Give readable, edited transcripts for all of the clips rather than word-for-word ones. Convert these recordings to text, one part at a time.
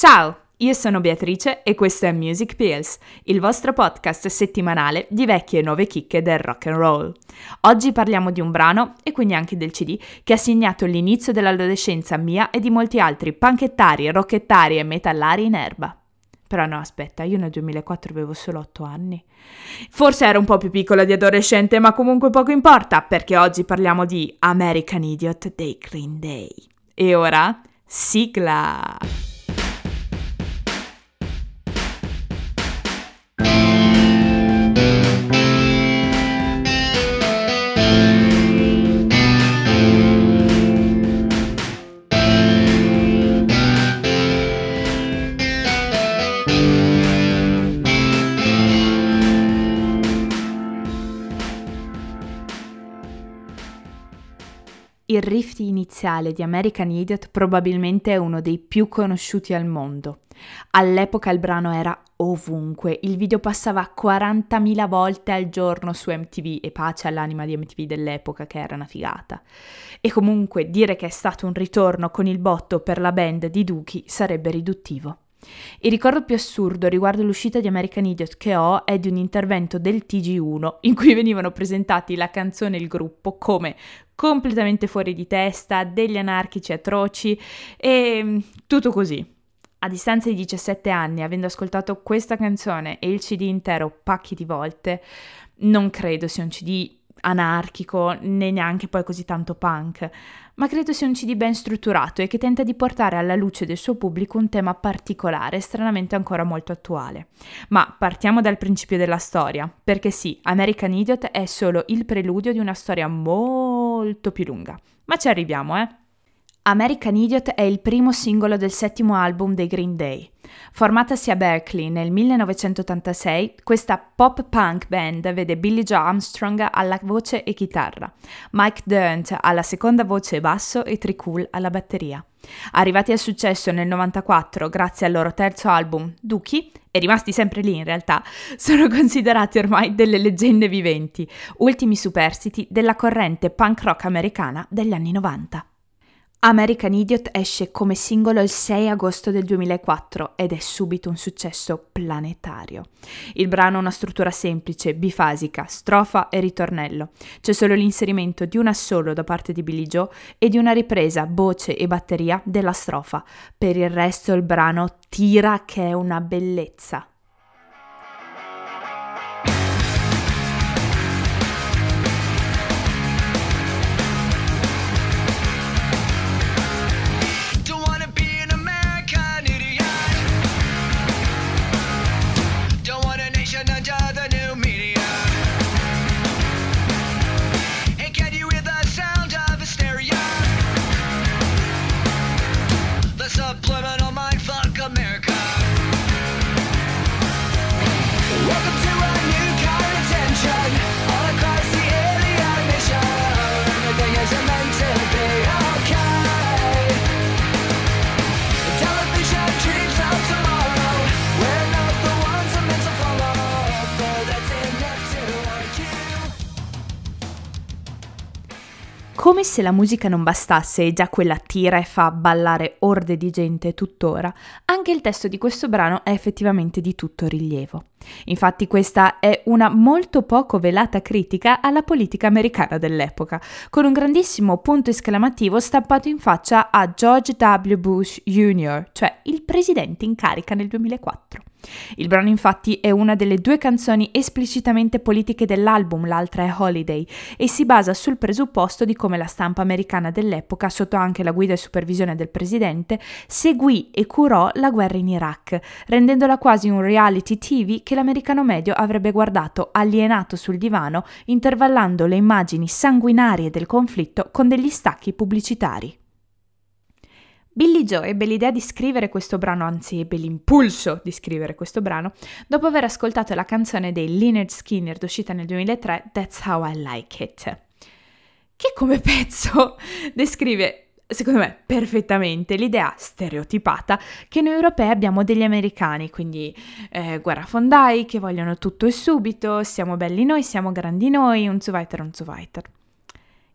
Ciao, io sono Beatrice e questo è Music Pills, il vostro podcast settimanale di vecchie e nuove chicche del rock and roll. Oggi parliamo di un brano, e quindi anche del CD, che ha segnato l'inizio dell'adolescenza mia e di molti altri panchettari, rockettari e metallari in erba. Però no, aspetta, io nel 2004 avevo solo 8 anni. Forse ero un po' più piccola di adolescente, ma comunque poco importa, perché oggi parliamo di American Idiot dei Green Day. E ora, sigla! Il riff iniziale di American Idiot probabilmente è uno dei più conosciuti al mondo. All'epoca il brano era ovunque, il video passava 40.000 volte al giorno su MTV, e pace all'anima di MTV dell'epoca che era una figata. E comunque dire che è stato un ritorno con il botto per la band di Dookie sarebbe riduttivo. Il ricordo più assurdo riguardo l'uscita di American Idiot che ho è di un intervento del TG1 in cui venivano presentati la canzone e il gruppo come completamente fuori di testa, degli anarchici atroci e tutto così. A distanza di 17 anni, avendo ascoltato questa canzone e il CD intero pacchi di volte, non credo sia un CD anarchico né neanche poi così tanto punk, ma credo sia un CD ben strutturato e che tenta di portare alla luce del suo pubblico un tema particolare, stranamente ancora molto attuale. Ma partiamo dal principio della storia, perché sì, American Idiot è solo il preludio di una storia molto più lunga, ma ci arriviamo, American Idiot è il primo singolo del settimo album dei Green Day. Formatasi a Berkeley nel 1986, questa pop-punk band vede Billie Joe Armstrong alla voce e chitarra, Mike Dirnt alla seconda voce e basso e Tré Cool alla batteria. Arrivati al successo nel 94 grazie al loro terzo album, Dookie, e rimasti sempre lì in realtà, sono considerati ormai delle leggende viventi, ultimi superstiti della corrente punk rock americana degli anni 90. American Idiot esce come singolo il 6 agosto del 2004 ed è subito un successo planetario. Il brano ha una struttura semplice, bifasica, strofa e ritornello. C'è solo l'inserimento di un assolo da parte di Billie Joe e di una ripresa, voce e batteria della strofa. Per il resto il brano tira che è una bellezza. Subliminal mindfuck America. Welcome to a new kind of tension all across the alien mission. Everything isn't meant to be okay. The television dreams of tomorrow. We're not the ones I'm meant to follow, but that's enough to warn you. Come se la musica non bastasse e già quella tira e fa ballare orde di gente tuttora, anche il testo di questo brano è effettivamente di tutto rilievo. Infatti questa è una molto poco velata critica alla politica americana dell'epoca, con un grandissimo punto esclamativo stampato in faccia a George W. Bush Jr., cioè il presidente in carica nel 2004. Il brano infatti è una delle due canzoni esplicitamente politiche dell'album, l'altra è Holiday, e si basa sul presupposto di come la stampa americana dell'epoca, sotto anche la guida e supervisione del presidente, seguì e curò la guerra in Iraq, rendendola quasi un reality TV che l'americano medio avrebbe guardato alienato sul divano, intervallando le immagini sanguinarie del conflitto con degli stacchi pubblicitari. Billie Joe ebbe l'idea di scrivere questo brano, anzi ebbe l'impulso di scrivere questo brano, dopo aver ascoltato la canzone dei Lynyrd Skynyrd uscita nel 2003, That's How I Like It, che come pezzo descrive, secondo me, perfettamente l'idea stereotipata che noi europei abbiamo degli americani, quindi guerrafondai che vogliono tutto e subito, siamo belli noi, siamo grandi noi, un so weiter, un so weiter.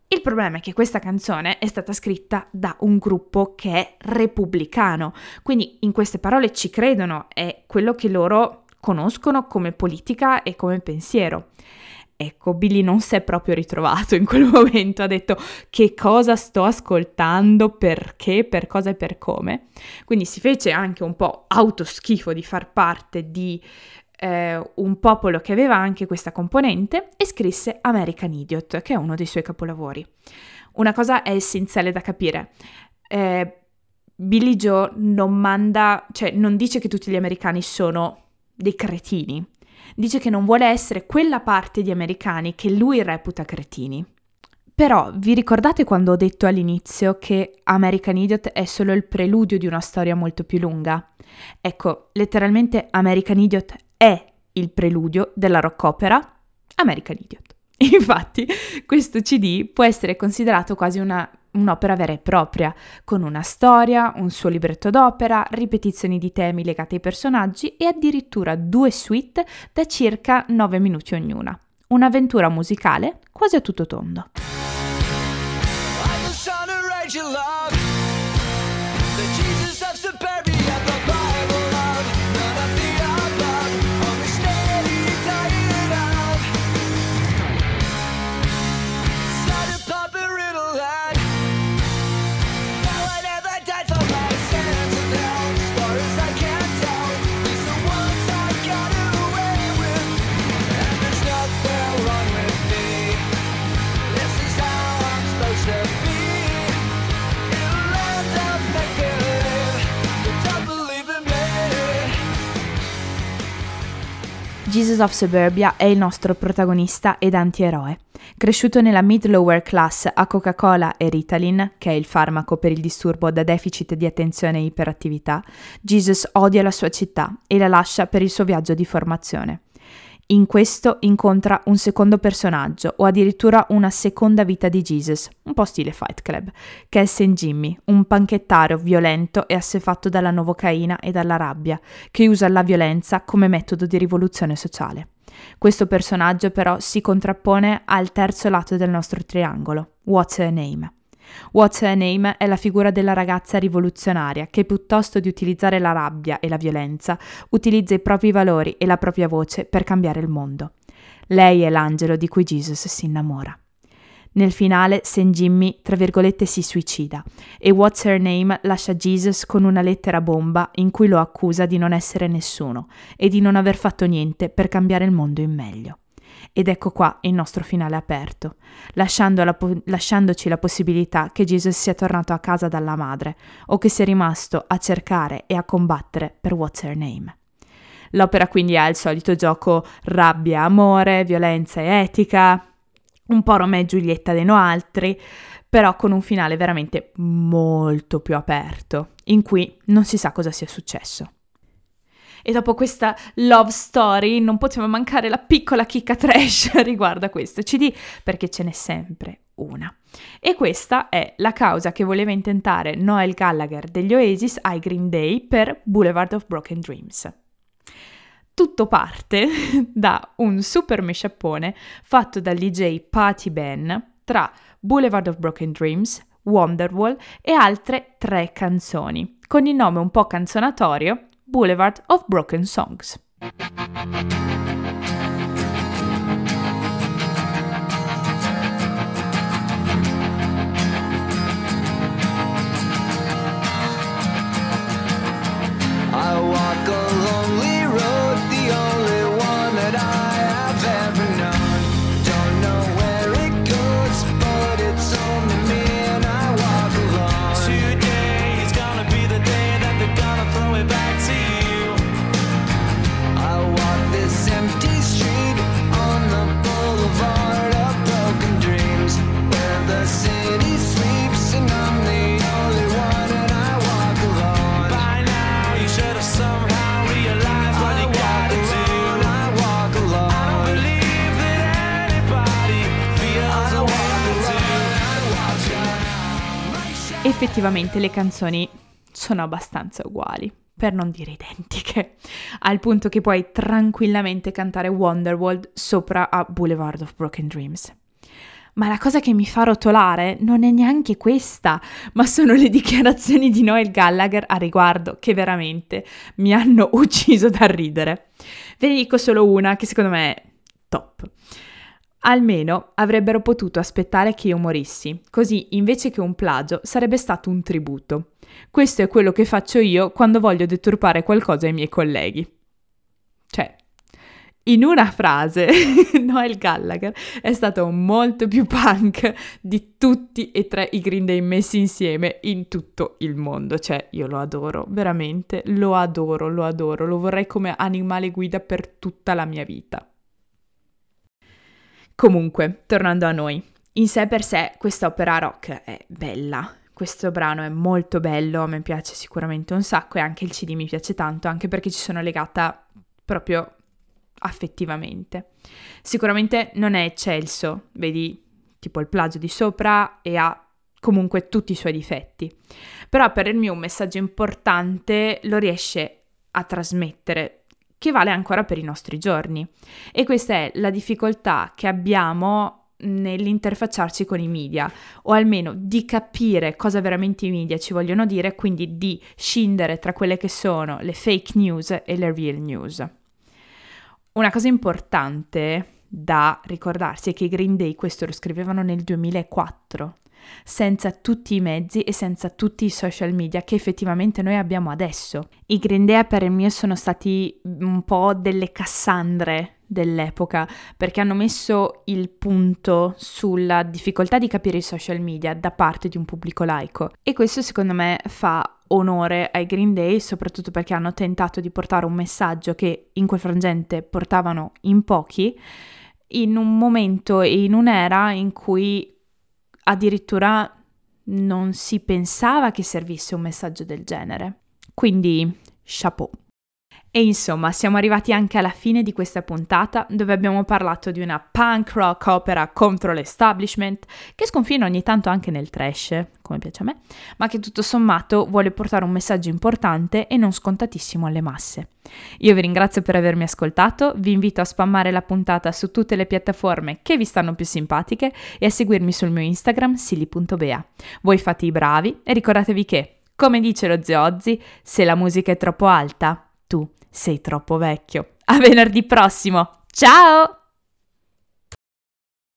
Il problema è che questa canzone è stata scritta da un gruppo che è repubblicano, quindi in queste parole ci credono, è quello che loro conoscono come politica e come pensiero. Ecco, Billy non si è proprio ritrovato in quel momento, ha detto che cosa sto ascoltando, perché, per cosa e per come. Quindi si fece anche un po' autoschifo di far parte di un popolo che aveva anche questa componente e scrisse American Idiot, che è uno dei suoi capolavori. Una cosa è essenziale da capire. Billie Joe non dice che tutti gli americani sono dei cretini. Dice che non vuole essere quella parte di americani che lui reputa cretini. Però vi ricordate quando ho detto all'inizio che American Idiot è solo il preludio di una storia molto più lunga? Ecco, letteralmente American Idiot è il preludio della rock opera American Idiot. Infatti, questo CD può essere considerato quasi un'opera vera e propria, con una storia, un suo libretto d'opera, ripetizioni di temi legati ai personaggi e addirittura 2 suite da circa 9 minuti ognuna. Un'avventura musicale quasi a tutto tondo. I'm the son of Rachel Love, the Jesus of suburbia, the Bible love, none of the above, only steady tired of. Started popping riddle lad. Now I never died for my sins in hell, as far as I can tell. These the ones I got away with, and there's nothing wrong with me. This is how I'm supposed to be. In a land of make-believe, but don't believe in me. Jesus of Suburbia è il nostro protagonista ed antieroe. Cresciuto nella mid-lower class a Coca-Cola e Ritalin, che è il farmaco per il disturbo da deficit di attenzione e iperattività, Jesus odia la sua città e la lascia per il suo viaggio di formazione. In questo incontra un secondo personaggio, o addirittura una seconda vita di Jesus, un po' stile Fight Club, che è St. Jimmy, un panchettaro violento e assuefatto dalla novocaina e dalla rabbia, che usa la violenza come metodo di rivoluzione sociale. Questo personaggio però si contrappone al terzo lato del nostro triangolo, What's Her Name? What's Her Name è la figura della ragazza rivoluzionaria che piuttosto di utilizzare la rabbia e la violenza, utilizza i propri valori e la propria voce per cambiare il mondo. Lei è l'angelo di cui Jesus si innamora. Nel finale St. Jimmy, tra virgolette, si suicida e What's Her Name lascia Jesus con una lettera bomba in cui lo accusa di non essere nessuno e di non aver fatto niente per cambiare il mondo in meglio. Ed ecco qua il nostro finale aperto, lasciandoci la possibilità che Jesus sia tornato a casa dalla madre o che sia rimasto a cercare e a combattere per What's Her Name. L'opera quindi ha il solito gioco rabbia, amore, violenza e etica, un po' Romeo e Giulietta dei no altri, però con un finale veramente molto più aperto, in cui non si sa cosa sia successo. E dopo questa love story non poteva mancare la piccola chicca trash riguardo a questo CD, perché ce n'è sempre una. E questa è la causa che voleva intentare Noel Gallagher degli Oasis ai Green Day per Boulevard of Broken Dreams. Tutto parte da un super mashuppone fatto dal DJ Patty Ben tra Boulevard of Broken Dreams, Wonderwall e altre 3 canzoni, con il nome un po' canzonatorio Boulevard of Broken Songs. I walk a lonely road, the only one that I have ever known. Don't know where it goes, but it's only me and I walk alone. Today is gonna be the day that they're gonna throw it back to you. I walk this empty street on the boulevard of broken dreams, where the city sleeps and I'm the only one and I walk alone. By now you should have somehow realized what you gotta do. I walk alone. I don't believe that anybody feels the way I do. Effettivamente le canzoni sono abbastanza uguali, per non dire identiche, al punto che puoi tranquillamente cantare Wonderwall sopra a Boulevard of Broken Dreams. Ma la cosa che mi fa rotolare non è neanche questa, ma sono le dichiarazioni di Noel Gallagher a riguardo, che veramente mi hanno ucciso dal ridere. Ve ne dico solo una che secondo me è top. Almeno avrebbero potuto aspettare che io morissi, così invece che un plagio sarebbe stato un tributo. Questo è quello che faccio io quando voglio deturpare qualcosa ai miei colleghi. Cioè, in una frase, Noel Gallagher è stato molto più punk di tutti e tre i Green Day messi insieme in tutto il mondo. Cioè, io lo adoro, veramente, lo adoro, lo vorrei come animale guida per tutta la mia vita. Comunque, tornando a noi, in sé per sé questa opera rock è bella. Questo brano è molto bello, a me piace sicuramente un sacco e anche il CD mi piace tanto, anche perché ci sono legata proprio affettivamente. Sicuramente non è eccelso, vedi tipo il plagio di sopra e ha comunque tutti i suoi difetti, però per il mio un messaggio importante lo riesce a trasmettere, che vale ancora per i nostri giorni, e questa è la difficoltà che abbiamo nell'interfacciarci con i media, o almeno di capire cosa veramente i media ci vogliono dire, quindi di scindere tra quelle che sono le fake news e le real news. Una cosa importante da ricordarsi è che i Green Day questo lo scrivevano nel 2004, senza tutti i mezzi e senza tutti i social media che effettivamente noi abbiamo adesso. I Green Day per il mio sono stati un po' delle Cassandre dell'epoca, perché hanno messo il punto sulla difficoltà di capire i social media da parte di un pubblico laico, e questo secondo me fa onore ai Green Day, soprattutto perché hanno tentato di portare un messaggio che in quel frangente portavano in pochi, in un momento e in un'era in cui addirittura non si pensava che servisse un messaggio del genere. Quindi, chapeau. E insomma, siamo arrivati anche alla fine di questa puntata, dove abbiamo parlato di una punk rock opera contro l'establishment, che sconfina ogni tanto anche nel trash, come piace a me, ma che tutto sommato vuole portare un messaggio importante e non scontatissimo alle masse. Io vi ringrazio per avermi ascoltato, vi invito a spammare la puntata su tutte le piattaforme che vi stanno più simpatiche e a seguirmi sul mio Instagram silly.bea. Voi fate i bravi e ricordatevi che, come dice lo zio Ozzy, se la musica è troppo alta, tu sei troppo vecchio. A venerdì prossimo! Ciao!